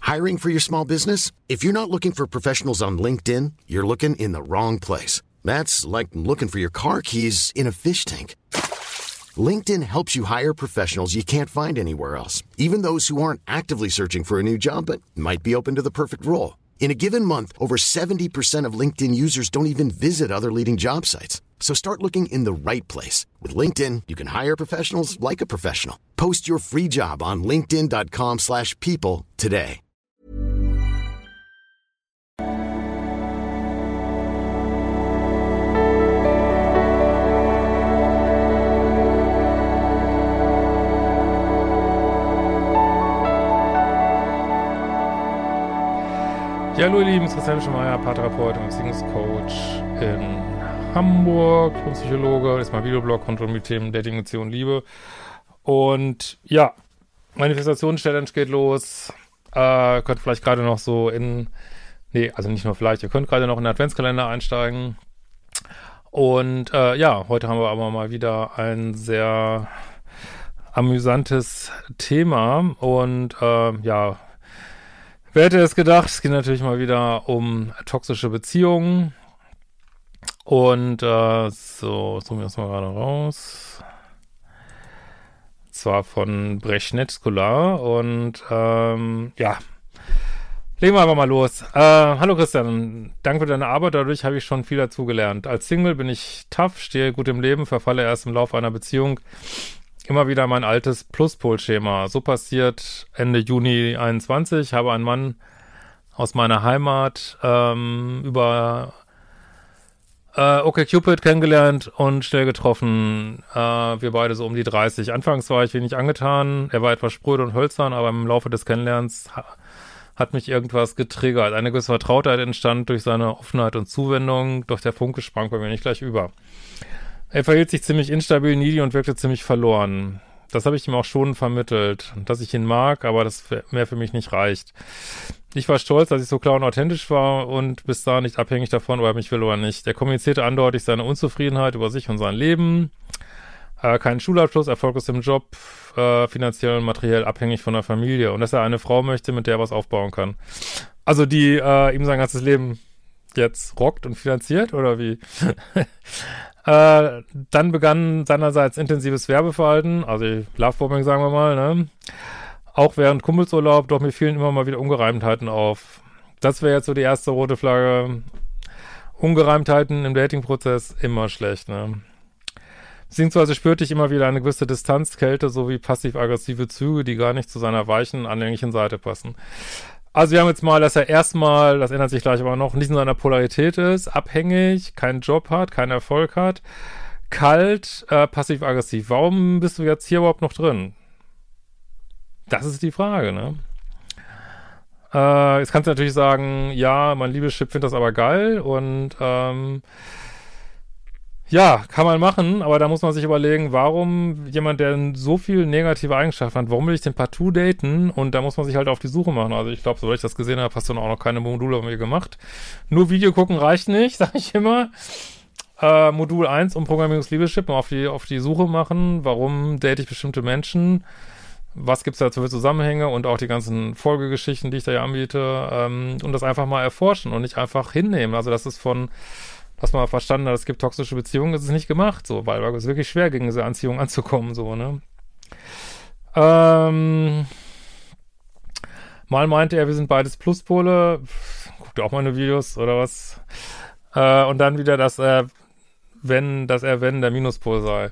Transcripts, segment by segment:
Hiring for your small business? If you're not looking for professionals on LinkedIn, you're looking in the wrong place. That's like looking for your car keys in a fish tank. LinkedIn helps you hire professionals you can't find anywhere else, even those who aren't actively searching for a new job but might be open to the perfect role. In a given month, over 70% of LinkedIn users don't even visit other leading job sites. So start looking in the right place. With LinkedIn, you can hire professionals like a professional. Post your free job on linkedin.com/people today. Ja, hallo ihr Lieben, es ist Christian Schemeier, Paartherapeut und Beziehungscoach in Hamburg, Psychologe, ist mein Videoblog rund um die Themen Dating, Beziehung, Liebe. Und ja, Manifestations-Challenge geht los. Könnt vielleicht gerade noch so also nicht nur vielleicht, ihr könnt gerade noch in den Adventskalender einsteigen. Und ja, heute haben wir aber mal wieder ein sehr amüsantes Thema und ja, wer hätte es gedacht? Es geht natürlich mal wieder um toxische Beziehungen. Und so, suchen wir das mal gerade raus. Zwar von Brezhnev-Skular. Und ja, legen wir aber mal los. Hallo Christian, danke für deine Arbeit. Dadurch habe ich schon viel dazugelernt. Als Single bin ich tough, stehe gut im Leben, verfalle erst im Laufe einer Beziehung immer wieder mein altes Pluspol-Schema. So passiert Ende Juni 21. Habe einen Mann aus meiner Heimat über OkCupid kennengelernt und schnell getroffen. Wir beide so um die 30. Anfangs war ich wenig angetan. Er war etwas spröde und hölzern, aber im Laufe des Kennenlernens hat mich irgendwas getriggert. Eine gewisse Vertrautheit entstand durch seine Offenheit und Zuwendung, doch der Funke sprang bei mir nicht gleich über. Er verhielt sich ziemlich instabil, needy und wirkte ziemlich verloren. Das habe ich ihm auch schon vermittelt, dass ich ihn mag, aber das mehr für mich nicht reicht. Ich war stolz, dass ich so klar und authentisch war und bis da nicht abhängig davon, ob er mich will oder nicht. Er kommunizierte eindeutig seine Unzufriedenheit über sich und sein Leben. Keinen Schulabschluss, erfolglos im Job, finanziell und materiell abhängig von der Familie. Und dass er eine Frau möchte, mit der er was aufbauen kann. Also die ihm sein ganzes Leben jetzt rockt und finanziert, oder wie? Dann begann seinerseits intensives Werbeverhalten, also Lovebombing sagen wir mal, ne? Auch während Kummelsurlaub, doch mir fielen immer mal wieder Ungereimtheiten auf. Das wäre jetzt so die erste rote Flagge. Ungereimtheiten im Datingprozess, immer schlecht, ne? Beziehungsweise spürte ich immer wieder eine gewisse Distanz, Kälte sowie passiv-aggressive Züge, die gar nicht zu seiner weichen, anhänglichen Seite passen. Also wir haben jetzt mal, dass er erstmal, das ändert sich gleich aber noch, nicht in seiner Polarität ist, abhängig, keinen Job hat, keinen Erfolg hat, kalt, passiv-aggressiv. Warum bist du jetzt hier überhaupt noch drin? Das ist die Frage, ne? Jetzt kannst du natürlich sagen, ja, mein Liebeschip findet das aber geil und ja, kann man machen, aber da muss man sich überlegen, warum jemand, der so viel negative Eigenschaften hat, warum will ich den partout daten? Und da muss man sich halt auf die Suche machen. Also ich glaube, soweit ich das gesehen habe, hast du auch noch keine Module von mir gemacht. Nur Video gucken reicht nicht, sage ich immer. Modul 1, Umprogrammierungs-Liebeschip, mal auf die Suche machen. Warum date ich bestimmte Menschen? Was gibt's da für Zusammenhänge? Und auch die ganzen Folgegeschichten, die ich da ja anbiete. Und das einfach mal erforschen und nicht einfach hinnehmen. Also das ist von... dass man verstanden hat, es gibt toxische Beziehungen, ist es nicht gemacht, so, weil es wirklich schwer gegen diese Anziehung anzukommen, so, ne. Mal meinte er, wir sind beides Pluspole, guckt ihr auch meine Videos, oder was? Und dann wieder, dass er, wenn der Minuspol sei.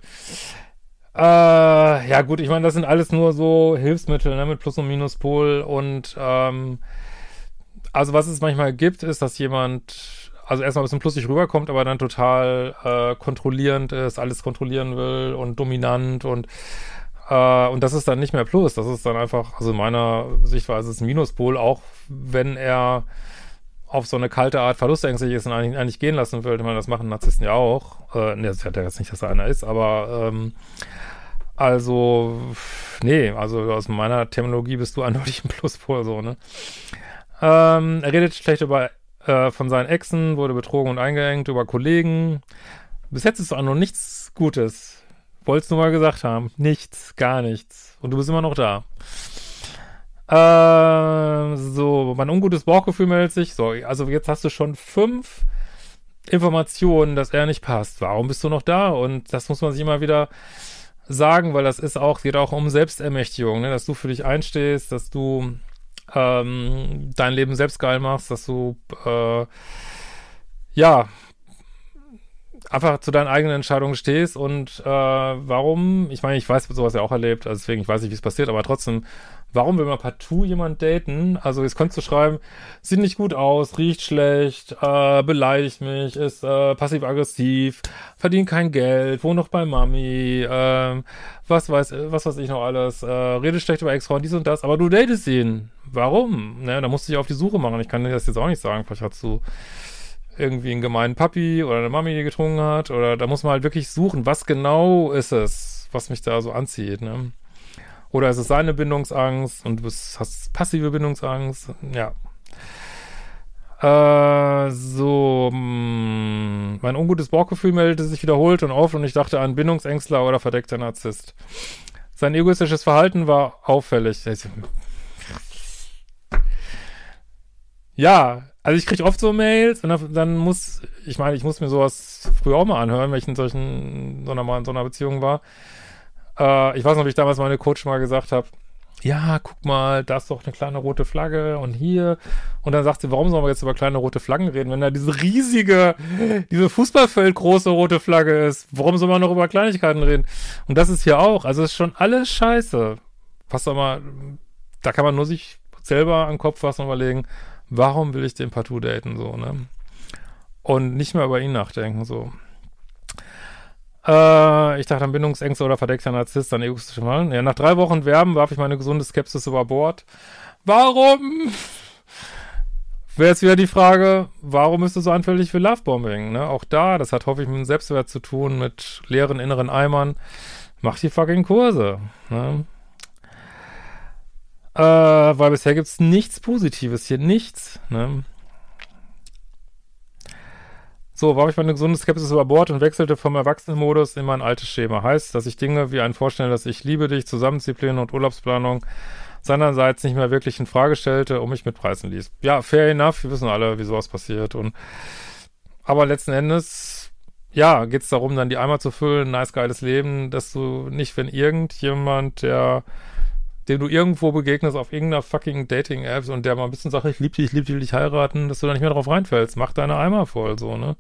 Ja gut, ich meine, das sind alles nur so Hilfsmittel, ne, mit Plus- und Minuspol und, also was es manchmal gibt, ist, dass jemand also erstmal ein bisschen plussig rüberkommt, aber dann total kontrollierend ist, alles kontrollieren will und dominant und das ist dann nicht mehr Plus, das ist dann einfach, also in meiner Sichtweise ist ein Minuspol, auch wenn er auf so eine kalte Art verlustängstlich ist und eigentlich gehen lassen will. Ich meine, das machen Narzissten ja auch. Das hat ja jetzt nicht, dass er einer ist, aber also aus meiner Terminologie bist du eindeutig ein Pluspol, so, ne? Er redet schlecht über von seinen Exen, wurde betrogen und eingeengt, über Kollegen. Bis jetzt ist auch noch nichts Gutes. Wolltest du mal gesagt haben. Nichts, gar nichts. Und du bist immer noch da. So, mein ungutes Bauchgefühl meldet sich. So, also jetzt hast du schon 5 Informationen, dass er nicht passt. Warum bist du noch da? Und das muss man sich immer wieder sagen, weil das ist auch, geht auch um Selbstermächtigung, ne? Dass du für dich einstehst, dass du dein Leben selbst geil machst, dass du ja einfach zu deinen eigenen Entscheidungen stehst und warum, ich meine, ich weiß sowas ja auch erlebt, also deswegen, ich weiß nicht, wie es passiert, aber trotzdem, warum will man partout jemand daten? Also jetzt könntest du schreiben, sieht nicht gut aus, riecht schlecht, beleidigt mich, ist passiv-aggressiv, verdient kein Geld, wohnt noch bei Mami, was weiß ich noch alles, redet schlecht über Ex-Frauen, dies und das, aber du datest ihn. Warum? Ne, da musst du dich auf die Suche machen. Ich kann dir das jetzt auch nicht sagen, vielleicht hast du irgendwie einen gemeinen Papi oder eine Mami, die getrunken hat, oder da muss man halt wirklich suchen, was genau ist es, was mich da so anzieht, ne? Oder ist es seine Bindungsangst und du hast passive Bindungsangst, ja. Mein ungutes Bauchgefühl meldete sich wiederholt und oft und ich dachte an Bindungsängstler oder verdeckter Narzisst. Sein egoistisches Verhalten war auffällig. Ja, also ich kriege oft so Mails und dann muss ich muss mir sowas früher auch mal anhören, wenn ich in so einer Beziehung war. Ich weiß noch, wie ich damals meine Coach mal gesagt habe, ja, guck mal, da ist doch eine kleine rote Flagge und hier. Und dann sagt sie, warum sollen wir jetzt über kleine rote Flaggen reden, wenn da diese Fußballfeldgroße rote Flagge ist? Warum soll man noch über Kleinigkeiten reden? Und das ist hier auch. Also ist schon alles scheiße. Da kann man nur sich selber an den Kopf fassen und überlegen, warum will ich den partout daten, so, ne? Und nicht mehr über ihn nachdenken, so. Ich dachte an Bindungsängste oder verdeckter Narzisst, an egoistische Mann. Ja, nach 3 Wochen Werben warf ich meine gesunde Skepsis über Bord. Warum? Wäre jetzt wieder die Frage, warum bist du so anfällig für Lovebombing, ne? Auch da, das hat häufig mit dem Selbstwert zu tun, mit leeren inneren Eimern. Mach die fucking Kurse, ne? Weil bisher gibt's nichts Positives hier, nichts, ne? So, warf ich meine gesunde Skepsis über Bord und wechselte vom Erwachsenenmodus in mein altes Schema. Heißt, dass ich Dinge wie ein Vorstellendes Ich liebe dich, Zusammendisziplin und Urlaubsplanung seinerseits nicht mehr wirklich in Frage stellte und mich mitpreisen ließ. Ja, fair enough, wir wissen alle, wie sowas passiert. Aber letzten Endes, ja, geht's darum, dann die Eimer zu füllen, nice, geiles Leben, dass du nicht, wenn irgendjemand, dem du irgendwo begegnest auf irgendeiner fucking Dating-App und der mal ein bisschen sagt, ich liebe dich, will dich heiraten, dass du da nicht mehr drauf reinfällst. Mach deine Eimer voll, so, ne?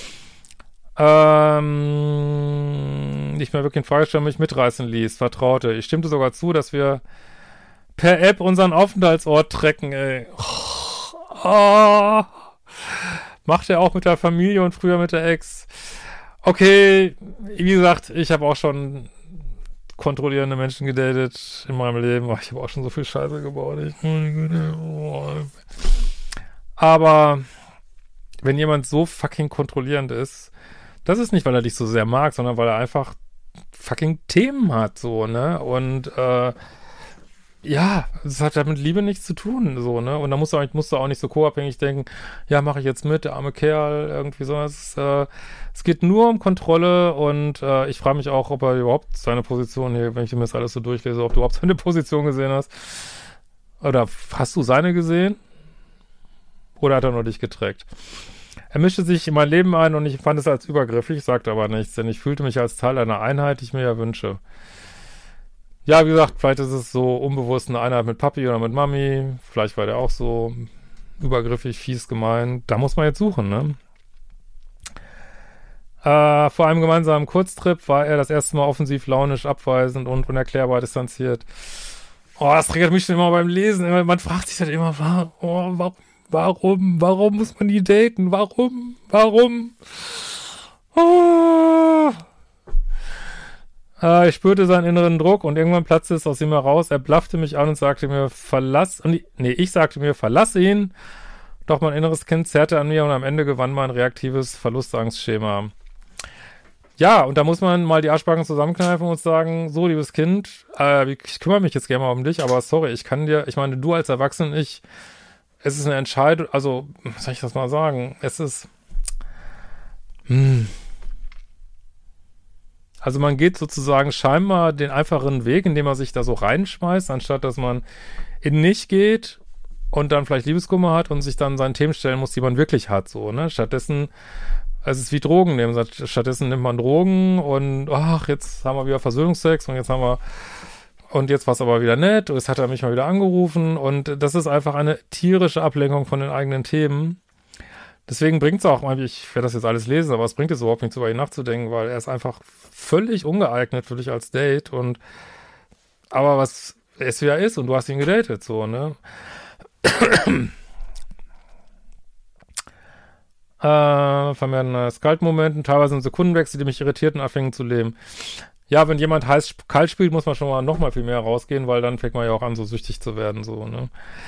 Nicht mehr wirklich in Frage stellen, mich mitreißen ließ, vertraute. Ich stimmte sogar zu, dass wir per App unseren Aufenthaltsort tracken, ey. Macht er auch mit der Familie und früher mit der Ex. Okay, wie gesagt, ich habe auch schon kontrollierende Menschen gedatet in meinem Leben. Ich habe auch schon so viel Scheiße gebaut. Aber wenn jemand so fucking kontrollierend ist, das ist nicht, weil er dich so sehr mag, sondern weil er einfach fucking Themen hat, so, ne? Und ja, es hat ja mit Liebe nichts zu tun, so, ne? Und da musst du auch nicht so co-abhängig denken, ja, mache ich jetzt mit, der arme Kerl, irgendwie so. Es geht nur um Kontrolle und ich frage mich auch, ob er überhaupt seine Position hier, wenn ich mir das alles so durchlese, ob du überhaupt seine Position gesehen hast. Oder hast du seine gesehen? Oder hat er nur dich getrackt? Er mischte sich in mein Leben ein und ich fand es als übergriffig, sagte aber nichts, denn ich fühlte mich als Teil einer Einheit, die ich mir ja wünsche. Ja, wie gesagt, vielleicht ist es so unbewusst eine Einheit mit Papi oder mit Mami. Vielleicht war der auch so übergriffig, fies, gemein. Da muss man jetzt suchen, ne? Vor einem gemeinsamen Kurztrip war er das erste Mal offensiv, launisch, abweisend und unerklärbar distanziert. Oh, das triggert mich schon immer beim Lesen. Man fragt sich halt immer, warum muss man die daten? Warum? Oh. Ich spürte seinen inneren Druck und irgendwann platzte es aus ihm heraus. Er blaffte mich an und sagte mir, ich sagte mir, verlass ihn. Doch mein inneres Kind zerrte an mir und am Ende gewann mein reaktives Verlustangstschema. Ja, und da muss man mal die Arschbacken zusammenkneifen und sagen, so, liebes Kind, ich kümmere mich jetzt gerne mal um dich, aber sorry, ich meine, du als Erwachsener, es ist eine Entscheidung, also, soll ich das mal sagen, also man geht sozusagen scheinbar den einfachen Weg, indem man sich da so reinschmeißt, anstatt dass man in nicht geht und dann vielleicht Liebeskummer hat und sich dann seinen Themen stellen muss, die man wirklich hat, so, ne? Stattdessen, es ist wie Drogen nehmen. Stattdessen nimmt man Drogen und, ach, jetzt haben wir wieder Versöhnungsex und jetzt war es aber wieder nett und jetzt hat er mich mal wieder angerufen und das ist einfach eine tierische Ablenkung von den eigenen Themen. Deswegen bringt es auch, ich werde das jetzt alles lesen, aber es bringt es überhaupt nicht, über ihn nachzudenken, weil er ist einfach völlig ungeeignet für dich als Date aber was es wie er ist und du hast ihn gedatet, so, ne? Vermehrten Skaltmomenten, teilweise in Sekundenwechsel, die mich irritierten, anfingen zu leben. Ja, wenn jemand kalt spielt, muss man schon mal noch mal viel mehr rausgehen, weil dann fängt man ja auch an, so süchtig zu werden, so, ne?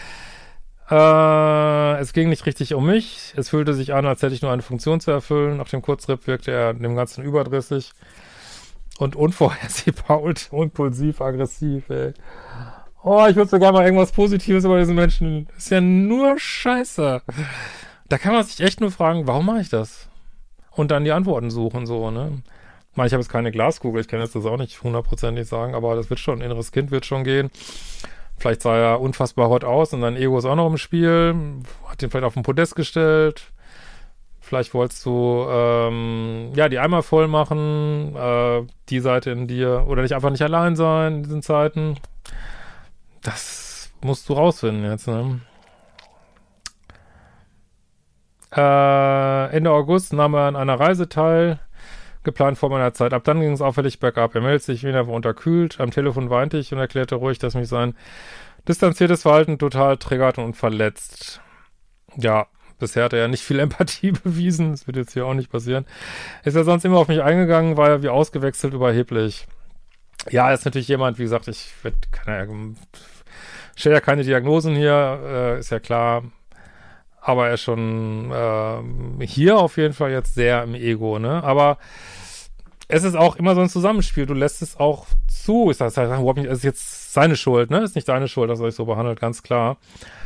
Es ging nicht richtig um mich. Es fühlte sich an, als hätte ich nur eine Funktion zu erfüllen. Nach dem Kurztrip wirkte er dem Ganzen überdrüssig und unvorhersehbar und impulsiv, aggressiv, ey. Oh, ich würde sogar mal irgendwas Positives über diesen Menschen. Ist ja nur Scheiße. Da kann man sich echt nur fragen, warum mache ich das? Und dann die Antworten suchen, so, ne? Ich habe jetzt keine Glaskugel, ich kann jetzt das auch nicht hundertprozentig sagen, aber das wird schon, inneres Kind wird schon gehen. Vielleicht sah er unfassbar hot aus und dein Ego ist auch noch im Spiel. Hat ihn vielleicht auf den Podest gestellt. Vielleicht wolltest du, die Eimer voll machen, die Seite in dir. Oder nicht allein sein in diesen Zeiten. Das musst du rausfinden jetzt, ne? Ende August nahm er an einer Reise teil, geplant vor meiner Zeit. Ab dann ging es auffällig bergab. Er meldet sich wieder unterkühlt. Am Telefon weinte ich und erklärte ruhig, dass mich sein distanziertes Verhalten total triggert und verletzt. Ja, bisher hat er ja nicht viel Empathie bewiesen. Das wird jetzt hier auch nicht passieren. Ist er sonst immer auf mich eingegangen, war er wie ausgewechselt überheblich. Ja, er ist natürlich jemand, wie gesagt, stelle ja keine Diagnosen hier, ist ja klar. Aber er ist schon hier auf jeden Fall jetzt sehr im Ego, ne? Aber es ist auch immer so ein Zusammenspiel. Du lässt es auch zu. Ich sage überhaupt nicht, es ist jetzt seine Schuld, ne? Ist nicht deine Schuld, dass er sich so behandelt, ganz klar.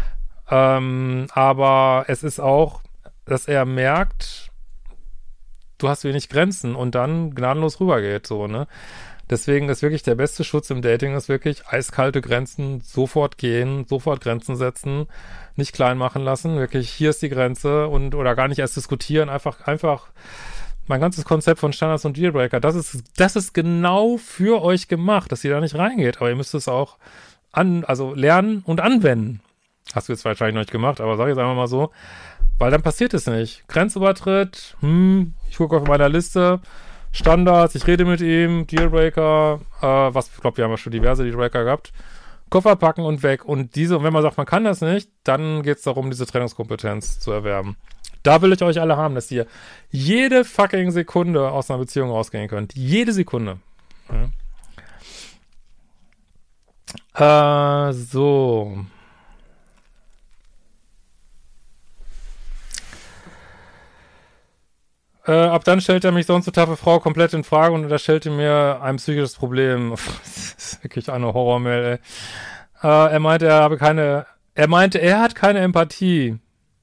Aber es ist auch, dass er merkt, du hast wenig Grenzen und dann gnadenlos rübergeht, so, ne? Deswegen ist wirklich der beste Schutz im Dating ist wirklich eiskalte Grenzen, sofort gehen, sofort Grenzen setzen, nicht klein machen lassen, wirklich hier ist die Grenze oder gar nicht erst diskutieren, einfach mein ganzes Konzept von Standards und Dealbreaker, das ist genau für euch gemacht, dass ihr da nicht reingeht, aber ihr müsst es auch lernen und anwenden. Hast du jetzt wahrscheinlich noch nicht gemacht, aber sag ich jetzt einfach mal so, weil dann passiert es nicht. Grenzübertritt, ich gucke auf meiner Liste, Standards, ich rede mit ihm, Dealbreaker, ich glaube, wir haben ja schon diverse Dealbreaker gehabt, Koffer packen und weg. Und wenn man sagt, man kann das nicht, dann geht es darum, diese Trennungskompetenz zu erwerben. Da will ich euch alle haben, dass ihr jede fucking Sekunde aus einer Beziehung rausgehen könnt. Jede Sekunde. Ja. So. Ab dann stellt er mich sonst so taffe Frau komplett in Frage und unterstellte mir ein psychisches Problem. Das ist wirklich eine Horrormail, ey. Er meinte, er hat keine Empathie.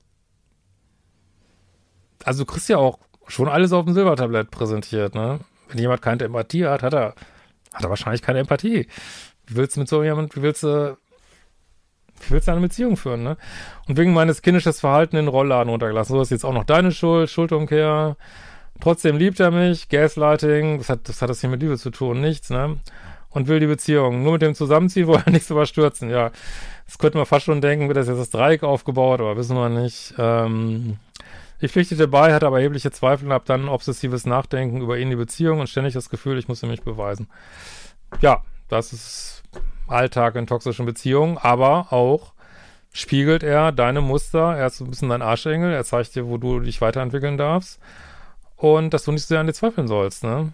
Also du kriegst ja auch schon alles auf dem Silbertablett präsentiert, ne? Wenn jemand keine Empathie hat, hat er wahrscheinlich keine Empathie. Wie willst du eine Beziehung führen, ne? Und wegen meines kindisches Verhalten in den Rollladen runtergelassen. So ist jetzt auch noch deine Schuld, Schuldumkehr. Trotzdem liebt er mich, Gaslighting, was hat das hier mit Liebe zu tun? Nichts, ne? Und will die Beziehung. Nur mit dem Zusammenziehen wollen nichts überstürzen, ja. Das könnte man fast schon denken, wird das jetzt das Dreieck aufgebaut, aber wissen wir nicht. Ich pflichtete bei, hatte aber erhebliche Zweifel und habe dann obsessives Nachdenken über ihn, die Beziehung und ständig das Gefühl, ich musste mich beweisen. Ja, das ist Alltag in toxischen Beziehungen, aber auch spiegelt er deine Muster, er ist so ein bisschen dein Arschengel, er zeigt dir, wo du dich weiterentwickeln darfst und dass du nicht so sehr an dir zweifeln sollst, ne?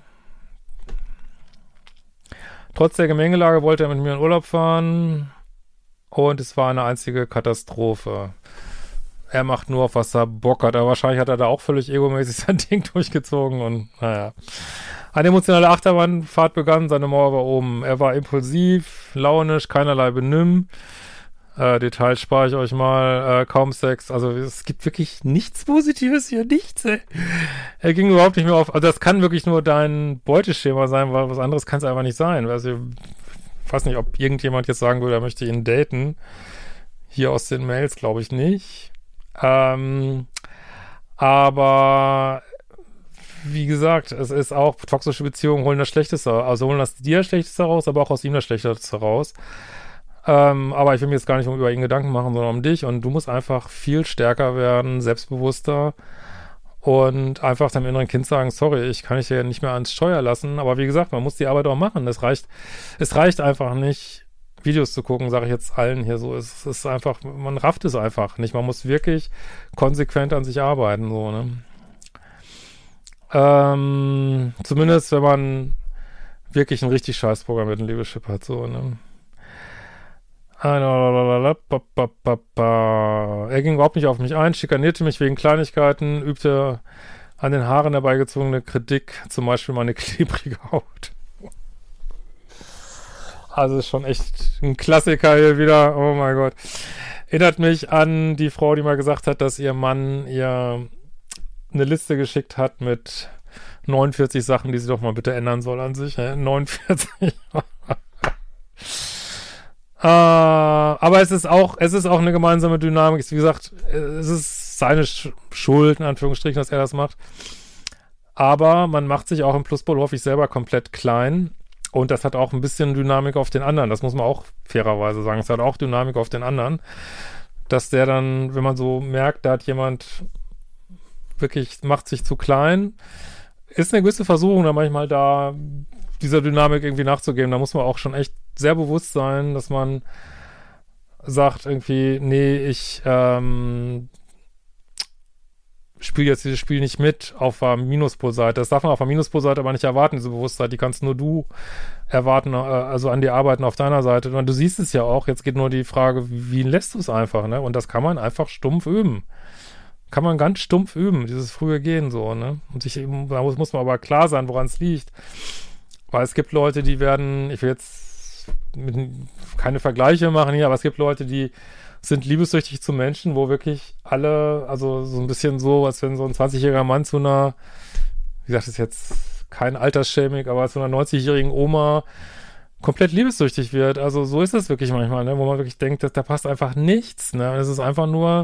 Trotz der Gemengelage wollte er mit mir in Urlaub fahren und es war eine einzige Katastrophe. Er macht nur, auf was er Bock hat, aber wahrscheinlich hat er da auch völlig egomäßig sein Ding durchgezogen und naja. Eine emotionale Achterbahnfahrt begann, seine Mauer war oben. Er war impulsiv, launisch, keinerlei Benimm. Details spare ich euch mal. Kaum Sex. Also es gibt wirklich nichts Positives hier, nichts, ey. Er ging überhaupt nicht mehr auf. Also das kann wirklich nur dein Beuteschema sein, weil was anderes kann es einfach nicht sein. Also, ich weiß nicht, ob irgendjemand jetzt sagen würde, er möchte ihn daten. hier aus den Mails glaube ich nicht. Aber wie gesagt, es ist auch, toxische Beziehungen holen das Schlechteste, also holen das dir das Schlechteste raus, aber auch aus ihm das Schlechteste raus. Aber ich will mir jetzt gar nicht über ihn Gedanken machen, sondern um dich. Und du musst einfach viel stärker werden, selbstbewusster und einfach deinem inneren Kind sagen, sorry, ich kann dich ja nicht mehr ans Steuer lassen. Aber wie gesagt, man muss die Arbeit auch machen. Es reicht einfach nicht, Videos zu gucken, sage ich jetzt allen hier so. Es ist einfach, man rafft es einfach nicht. Man muss wirklich konsequent an sich arbeiten, so, ne? Zumindest, wenn man wirklich ein richtig scheiß Programm mit einem Liebeschip hat, so, ne? Er ging überhaupt nicht auf mich ein, schikanierte mich wegen Kleinigkeiten, übte an den Haaren herbeigezogene Kritik, zum Beispiel meine klebrige Haut. Also ist schon echt ein Klassiker hier wieder, oh mein Gott. Erinnert mich an die Frau, die mal gesagt hat, dass ihr Mann ihr eine Liste geschickt hat mit 49 Sachen, die sie doch mal bitte ändern soll an sich. 49. Aber es ist auch eine gemeinsame Dynamik. Wie gesagt, es ist seine Schuld, in Anführungsstrichen, dass er das macht. Aber man macht sich auch im Pluspol häufig selber komplett klein. Und das hat auch ein bisschen Dynamik auf den anderen. Das muss man auch fairerweise sagen. Es hat auch Dynamik auf den anderen. Dass der dann, wenn man so merkt, da hat jemand wirklich, macht sich zu klein, ist eine gewisse Versuchung, da manchmal da dieser Dynamik irgendwie nachzugeben. Da muss man auch schon echt sehr bewusst sein, dass man sagt irgendwie, nee, ich spiele jetzt dieses Spiel nicht mit auf der Minuspolseite. Das darf man auf der Minuspolseite aber nicht erwarten, diese Bewusstheit. Die kannst nur du erwarten, also an dir arbeiten auf deiner Seite. Und du siehst es ja auch, jetzt geht nur die Frage, wie lässt du es einfach, ne? Und das kann man einfach stumpf üben. Kann man ganz stumpf üben, dieses frühe Gehen so, ne? Und da muss man aber klar sein, woran es liegt. Weil es gibt Leute, die werden, ich will jetzt keine Vergleiche machen hier, aber es gibt Leute, die sind liebessüchtig zu Menschen, wo wirklich alle, also so ein bisschen so, als wenn so ein 20-jähriger Mann zu einer, wie gesagt, das ist jetzt kein Altersshaming, aber zu einer 90-jährigen Oma komplett liebessüchtig wird. Also so ist es wirklich manchmal, ne? Wo man wirklich denkt, da passt einfach nichts, ne? Es ist einfach nur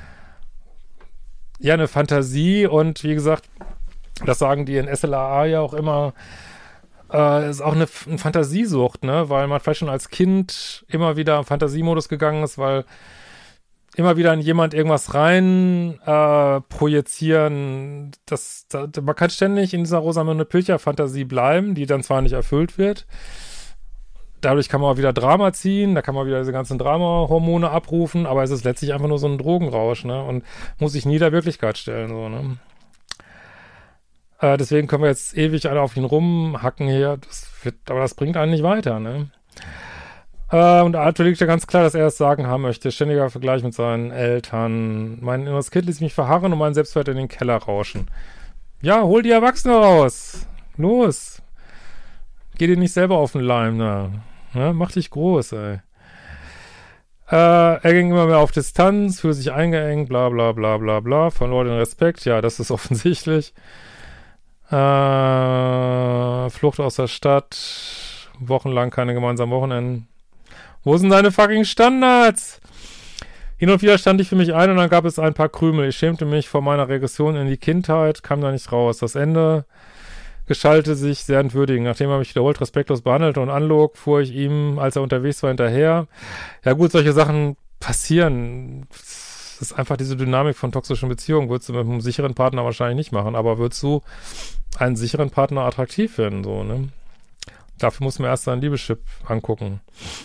ja, eine Fantasie und wie gesagt, das sagen die in SLAA ja auch immer, ist auch eine Fantasiesucht, ne, weil man vielleicht schon als Kind immer wieder im Fantasiemodus gegangen ist, weil immer wieder in jemand irgendwas rein projizieren, man kann ständig in dieser Rosamunde Pilcher-Fantasie bleiben, die dann zwar nicht erfüllt wird, dadurch kann man auch wieder Drama ziehen, da kann man wieder diese ganzen Drama-Hormone abrufen, aber es ist letztlich einfach nur so ein Drogenrausch, ne? Und muss sich nie der Wirklichkeit stellen, so, ne? Deswegen können wir jetzt ewig alle auf ihn rumhacken hier, aber das bringt einen nicht weiter, ne? Und Arthur liegt ja ganz klar, dass er es sagen haben möchte. Ständiger Vergleich mit seinen Eltern. Mein inneres Kind ließ mich verharren und mein Selbstwert in den Keller rauschen. Ja, hol die Erwachsene raus. Los. Geh dir nicht selber auf den Leim, ne? Ja, mach dich groß, ey. Er ging immer mehr auf Distanz, fühlte sich eingeengt, bla bla bla bla bla, verlor den Respekt, ja, das ist offensichtlich. Flucht aus der Stadt, wochenlang keine gemeinsamen Wochenenden. Wo sind deine fucking Standards? Hin und wieder stand ich für mich ein und dann gab es ein paar Krümel. Ich schämte mich vor meiner Regression in die Kindheit, kam da nicht raus. Das Ende gestaltete sich sehr entwürdigend. Nachdem er mich wiederholt respektlos behandelte und anlog, fuhr ich ihm, als er unterwegs war, hinterher. Ja gut, solche Sachen passieren. Das ist einfach diese Dynamik von toxischen Beziehungen. Würdest du mit einem sicheren Partner wahrscheinlich nicht machen, aber würdest du einen sicheren Partner attraktiv finden, so, ne? Dafür muss man erst seinen Liebeschip angucken.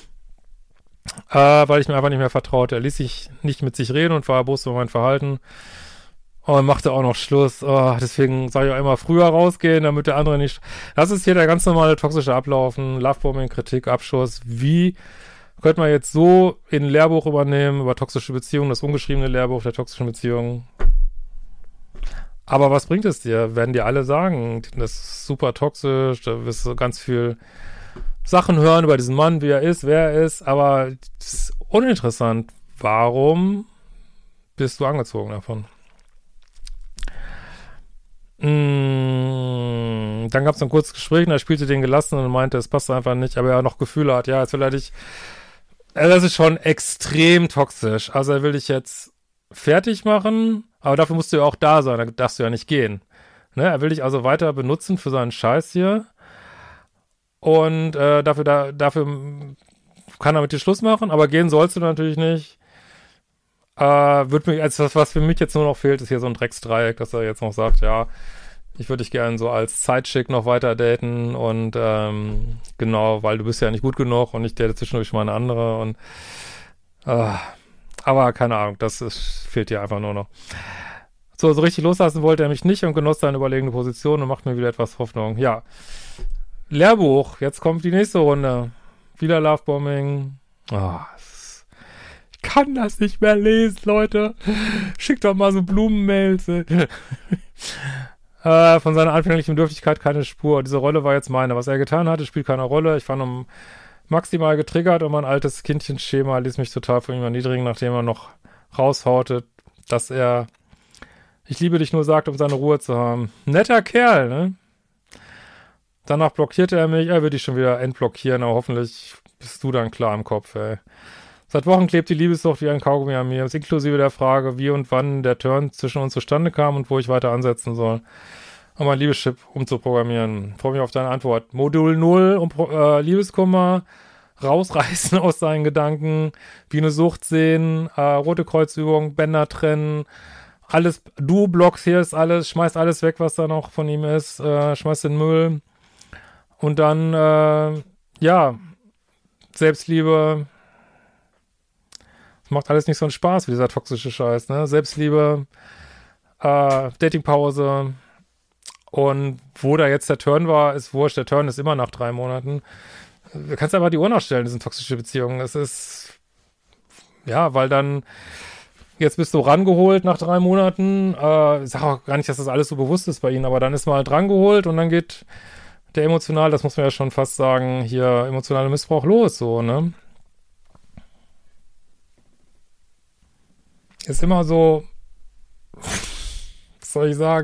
Weil ich mir einfach nicht mehr vertraute. Er ließ sich nicht mit sich reden und war erbost über mein Verhalten. Und machte auch noch Schluss. Oh, deswegen sage ich auch immer früher rausgehen, damit der andere nicht... Das ist hier der ganz normale toxische Ablauf. Lovebombing, Kritik, Abschuss. Wie könnte man jetzt so in ein Lehrbuch übernehmen über toxische Beziehungen, das ungeschriebene Lehrbuch der toxischen Beziehungen? Aber was bringt es dir? Werden dir alle sagen, das ist super toxisch, da wirst du ganz viel Sachen hören über diesen Mann, wie er ist, wer er ist, aber das ist uninteressant. Warum bist du angezogen davon? Dann gab es ein kurzes Gespräch und er spielte den Gelassenen und meinte, es passt einfach nicht, aber er noch Gefühle hat. Ja, jetzt will er dich das ist schon extrem toxisch. Also er will dich jetzt fertig machen, aber dafür musst du ja auch da sein, da darfst du ja nicht gehen. Ne? Er will dich also weiter benutzen für seinen Scheiß hier und dafür kann er mit dir Schluss machen, aber gehen sollst du natürlich nicht. Was für mich jetzt nur noch fehlt, ist hier so ein Drecksdreieck, dass er jetzt noch sagt, ja, ich würde dich gerne so als Zeitschick noch weiter daten und genau, weil du bist ja nicht gut genug und ich date zwischendurch mal eine andere und aber keine Ahnung, fehlt dir einfach nur noch. So richtig loslassen wollte er mich nicht und genoss seine überlegene Position und macht mir wieder etwas Hoffnung. Ja, Lehrbuch, jetzt kommt die nächste Runde. Wieder Lovebombing. Ich kann das nicht mehr lesen, Leute. Schickt doch mal so Blumenmails. Von seiner anfänglichen Bedürftigkeit keine Spur. Diese Rolle war jetzt meine. Was er getan hatte, spielt keine Rolle. Ich war maximal getriggert und mein altes Kindchenschema ließ mich total von ihm erniedrigen, nachdem er noch raushaute, dass er ich liebe dich nur sagt, um seine Ruhe zu haben. Netter Kerl, ne? Danach blockierte er mich. Er wird dich schon wieder entblockieren, aber hoffentlich bist du dann klar im Kopf, ey. Seit Wochen klebt die Liebessucht wie ein Kaugummi an mir, inklusive der Frage, wie und wann der Turn zwischen uns zustande kam und wo ich weiter ansetzen soll, um mein Liebeschip umzuprogrammieren. Freue mich auf deine Antwort. Modul 0, Liebeskummer, rausreißen aus seinen Gedanken, wie eine Sucht sehen, Rote Kreuzübung, Bänder trennen, alles, du blockierst alles, schmeißt alles weg, was da noch von ihm ist, schmeißt den Müll und dann, Selbstliebe. Macht alles nicht so einen Spaß wie dieser toxische Scheiß, ne? Selbstliebe, Datingpause und wo da jetzt der Turn war, ist wurscht. Der Turn ist immer nach 3 Monaten. Du kannst einfach die Uhr nachstellen, diese toxische Beziehung. Das ist, ja, weil dann jetzt bist du rangeholt nach 3 Monaten. Ich sag auch gar nicht, dass das alles so bewusst ist bei ihnen, aber dann ist man halt rangeholt und dann geht der das muss man ja schon fast sagen, hier emotionale Missbrauch los, so, ne? Ist immer so, was soll ich sagen?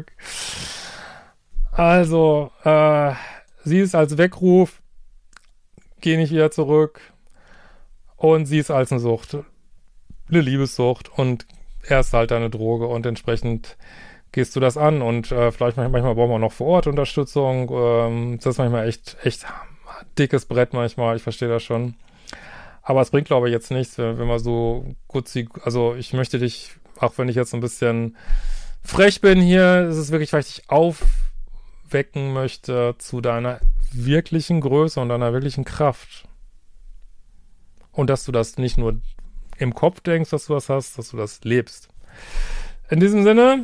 Also, sie ist als Weckruf, geh nicht wieder zurück und sie ist als eine Sucht, eine Liebessucht und er ist halt eine Droge und entsprechend gehst du das an und vielleicht manchmal brauchen wir noch vor Ort Unterstützung, das ist manchmal echt dickes Brett manchmal, ich verstehe das schon. Aber es bringt, glaube ich, jetzt nichts, wenn man so also ich möchte dich, auch wenn ich jetzt ein bisschen frech bin hier, ist es wirklich, weil ich dich aufwecken möchte zu deiner wirklichen Größe und deiner wirklichen Kraft. Und dass du das nicht nur im Kopf denkst, dass du das hast, dass du das lebst. In diesem Sinne,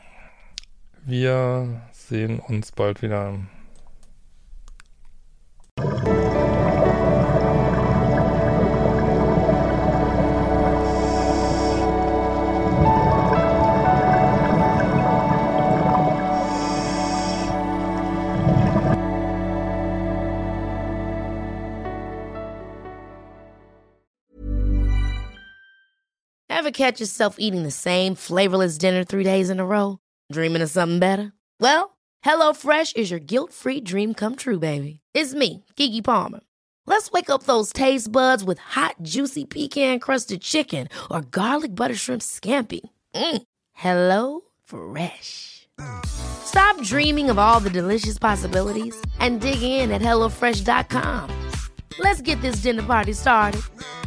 wir sehen uns bald wieder. Ever catch yourself eating the same flavorless dinner 3 days in a row? Dreaming of something better? Well, HelloFresh is your guilt-free dream come true, baby. It's me, Keke Palmer. Let's wake up those taste buds with hot, juicy pecan-crusted chicken or garlic butter shrimp scampi. Hello Fresh. Stop dreaming of all the delicious possibilities and dig in at HelloFresh.com. Let's get this dinner party started.